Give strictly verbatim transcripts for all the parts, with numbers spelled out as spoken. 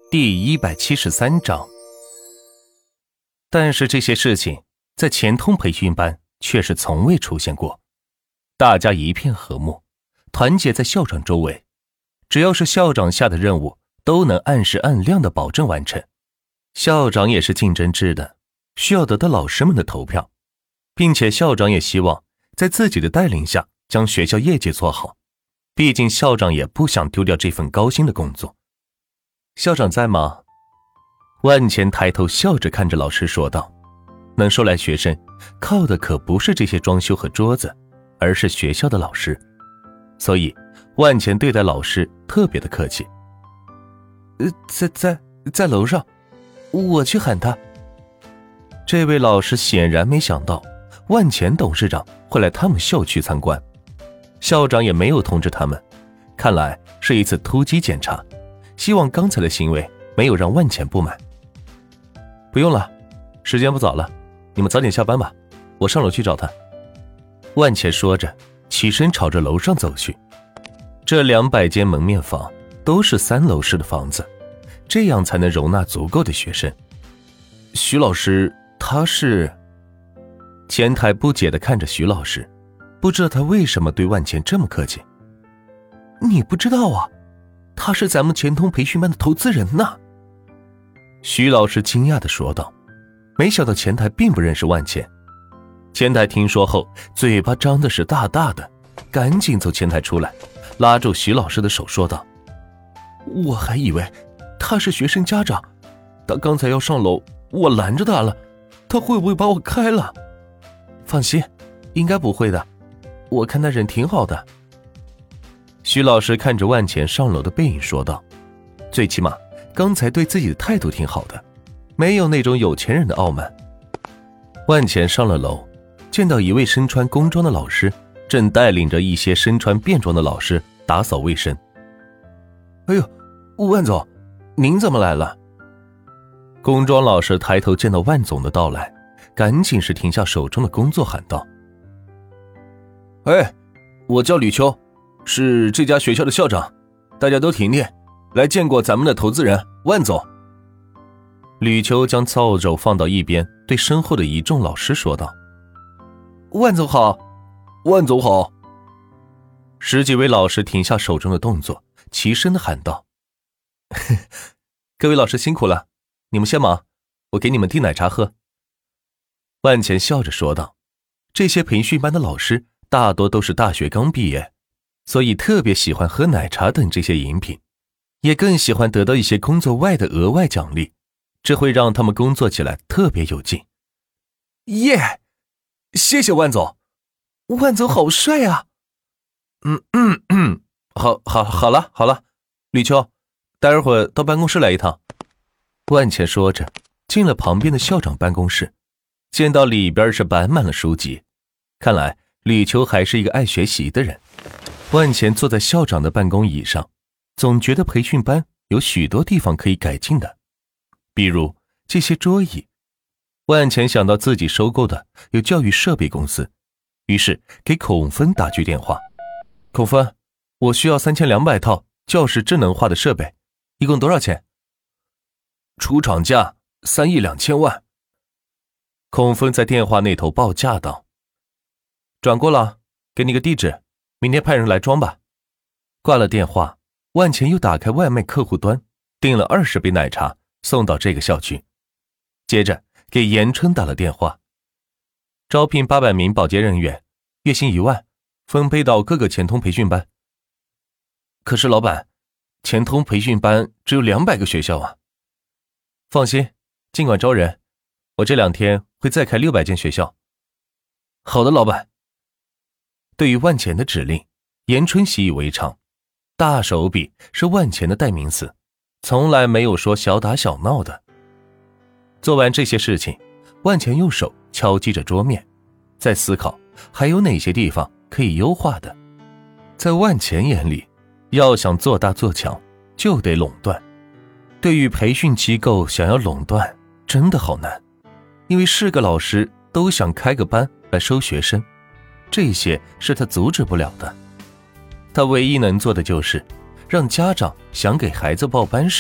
第一百七十三章。但是这些事情在钱通培训班却是从未出现过，大家一片和睦，团结在校长周围，只要是校长下的任务都能按时按量的保证完成。校长也是竞争制的，需要得到老师们的投票，并且校长也希望在自己的带领下将学校业绩做好，毕竟校长也不想丢掉这份高薪的工作。校长在吗？万钱抬头笑着看着老师说道，能收来学生靠的可不是这些装修和桌子，而是学校的老师，所以万钱对待老师特别的客气。呃，在在在楼上，我去喊他。这位老师显然没想到万钱董事长会来他们校区参观，校长也没有通知他们，看来是一次突击检查，希望刚才的行为没有让万钱不满。不用了，时间不早了，你们早点下班吧，我上楼去找他。万钱说着起身朝着楼上走去。这两百间门面房都是三楼式的房子，这样才能容纳足够的学生。徐老师他是……前台不解地看着徐老师，不知道他为什么对万钱这么客气。你不知道啊，他是咱们钱通培训班的投资人呢。徐老师惊讶地说道，没想到前台并不认识万钱。前台听说后嘴巴张的是大大的，赶紧从前台出来，拉住徐老师的手说道，我还以为他是学生家长，他刚才要上楼，我拦着他了，他会不会把我开了？放心，应该不会的，我看他人挺好的。徐老师看着万钱上楼的背影说道，最起码刚才对自己的态度挺好的，没有那种有钱人的傲慢。万钱上了楼，见到一位身穿工装的老师正带领着一些身穿便装的老师打扫卫生。哎呦，万总，您怎么来了？工装老师抬头见到万总的到来，赶紧是停下手中的工作喊道，哎，我叫吕秋，是这家学校的校长，大家都听听，来见过咱们的投资人万总。吕秋将扫帚放到一边，对身后的一众老师说道，万总好。万总好。十几位老师停下手中的动作，齐声地喊道，各位老师辛苦了，你们先忙，我给你们递奶茶喝。万钱笑着说道，这些培训班的老师大多都是大学刚毕业，所以特别喜欢喝奶茶等这些饮品，也更喜欢得到一些工作外的额外奖励，这会让他们工作起来特别有劲。耶，谢谢万总，万总好帅啊。嗯嗯嗯，好好好了好了，吕秋，待会儿到办公室来一趟。万钱说着进了旁边的校长办公室，见到里边是摆满了书籍，看来吕秋还是一个爱学习的人。万钱坐在校长的办公椅上，总觉得培训班有许多地方可以改进的，比如这些桌椅。万钱想到自己收购的有教育设备公司，于是给孔芬打去电话。孔芬，我需要三千两百套教室智能化的设备，一共多少钱？出厂价三亿两千万。孔芬在电话那头报价道。转过了，给你个地址，明天派人来装吧。挂了电话，万钱又打开外卖客户端，订了二十杯奶茶送到这个校区。接着给严春打了电话，招聘八百名保洁人员，月薪一万，分配到各个钱通培训班。可是老板，钱通培训班只有两百个学校啊。放心，尽管招人，我这两天会再开六百间学校。好的，老板。对于万钱的指令，严春习以为常，大手笔是万钱的代名词，从来没有说小打小闹的。做完这些事情，万钱用手敲击着桌面，在思考还有哪些地方可以优化的。在万钱眼里，要想做大做强，就得垄断。对于培训机构想要垄断，真的好难，因为是个老师都想开个班来收学生，这些是他阻止不了的。他唯一能做的就是让家长想给孩子报班时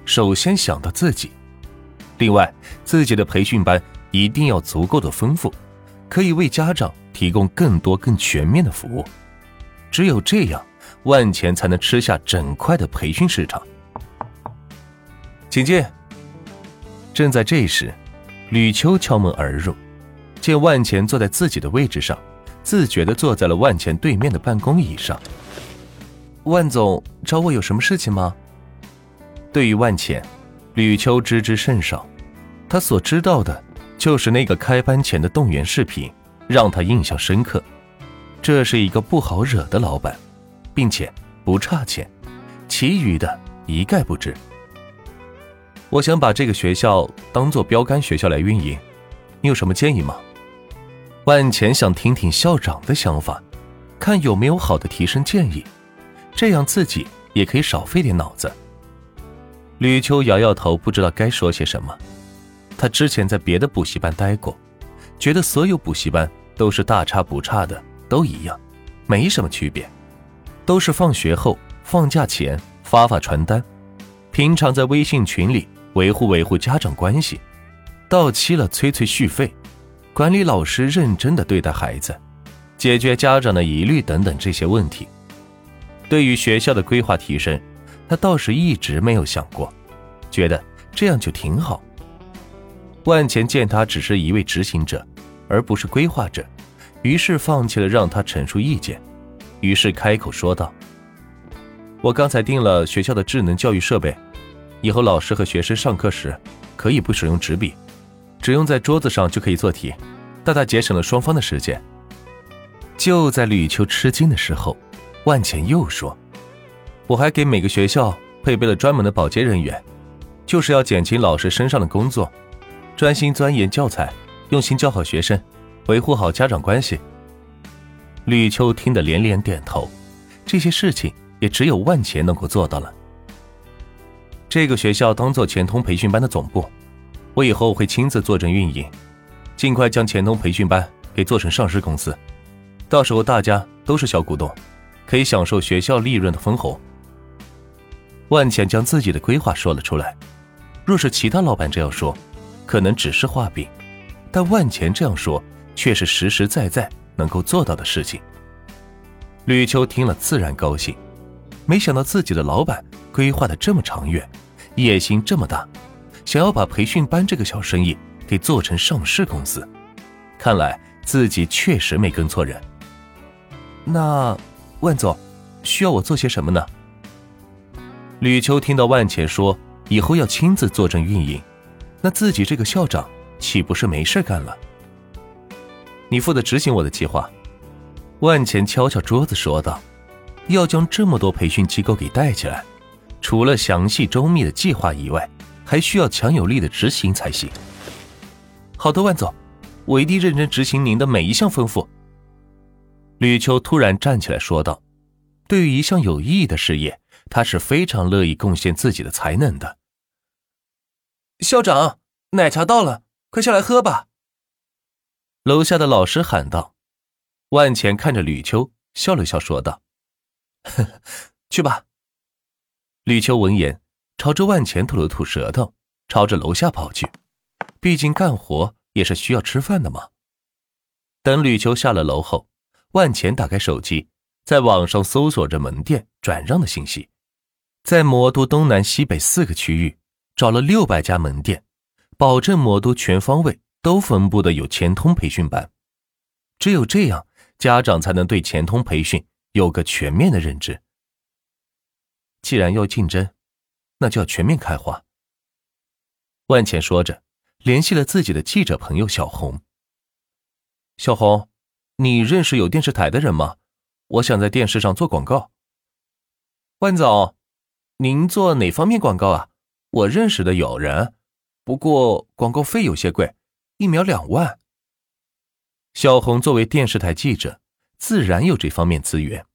首先想到自己。另外，自己的培训班一定要足够的丰富，可以为家长提供更多更全面的服务。只有这样，万钱才能吃下整块的培训市场。请进。正在这时，吕秋敲门而入，见万钱坐在自己的位置上，自觉地坐在了万钱对面的办公椅上。万总找我有什么事情吗？对于万钱，吕秋知之甚少，他所知道的就是那个开班前的动员视频让他印象深刻。这是一个不好惹的老板，并且不差钱，其余的一概不知。我想把这个学校当作标杆学校来运营，你有什么建议吗？万钱想听听校长的想法，看有没有好的提升建议，这样自己也可以少费点脑子。吕秋摇摇头，不知道该说些什么。他之前在别的补习班待过，觉得所有补习班都是大差不差的，都一样，没什么区别，都是放学后放假前发发传单，平常在微信群里维护维护家长关系，到期了催催续费，管理老师认真地对待孩子，解决家长的疑虑等等这些问题。对于学校的规划提升，他倒是一直没有想过，觉得这样就挺好。万钱见他只是一位执行者，而不是规划者，于是放弃了让他陈述意见，于是开口说道：我刚才订了学校的智能教育设备，以后老师和学生上课时可以不使用纸笔，只用在桌子上就可以做题，大大节省了双方的时间。就在吕秋吃惊的时候，万钱又说：我还给每个学校配备了专门的保洁人员，就是要减轻老师身上的工作，专心钻研教材，用心教好学生，维护好家长关系。吕秋听得连连点头，这些事情也只有万钱能够做到了。这个学校当做钱通培训班的总部，我以后会亲自坐镇运营，尽快将钱通培训班给做成上市公司，到时候大家都是小股东，可以享受学校利润的分红。万钱将自己的规划说了出来，若是其他老板这样说，可能只是画饼，但万钱这样说却是实实在在能够做到的事情。吕秋听了自然高兴，没想到自己的老板规划的这么长远，野心这么大，想要把培训班这个小生意给做成上市公司，看来自己确实没跟错人。那万总需要我做些什么呢？吕秋听到万钱说以后要亲自坐镇运营，那自己这个校长岂不是没事干了？你负责执行我的计划。万钱敲敲桌子说道，要将这么多培训机构给带起来，除了详细周密的计划以外，还需要强有力的执行才行。好的，万总，我一定认真执行您的每一项吩咐。吕秋突然站起来说道，对于一项有意义的事业，他是非常乐意贡献自己的才能的。校长，奶茶到了，快下来喝吧。楼下的老师喊道。万钱看着吕秋，笑了笑说道：呵呵，去吧。吕秋闻言，朝着万钱吐了吐舌头，朝着楼下跑去。毕竟干活也是需要吃饭的嘛。等吕秋下了楼后，万钱打开手机，在网上搜索着门店转让的信息，在魔都东南西北四个区域找了六百家门店，保证魔都全方位都分布的有钱通培训班。只有这样，家长才能对钱通培训有个全面的认知。既然要竞争，那就要全面开花。万钱说着，联系了自己的记者朋友小红。小红，你认识有电视台的人吗？我想在电视上做广告。万总，您做哪方面广告啊？我认识的有人，不过广告费有些贵，一秒两万。小红作为电视台记者，自然有这方面资源。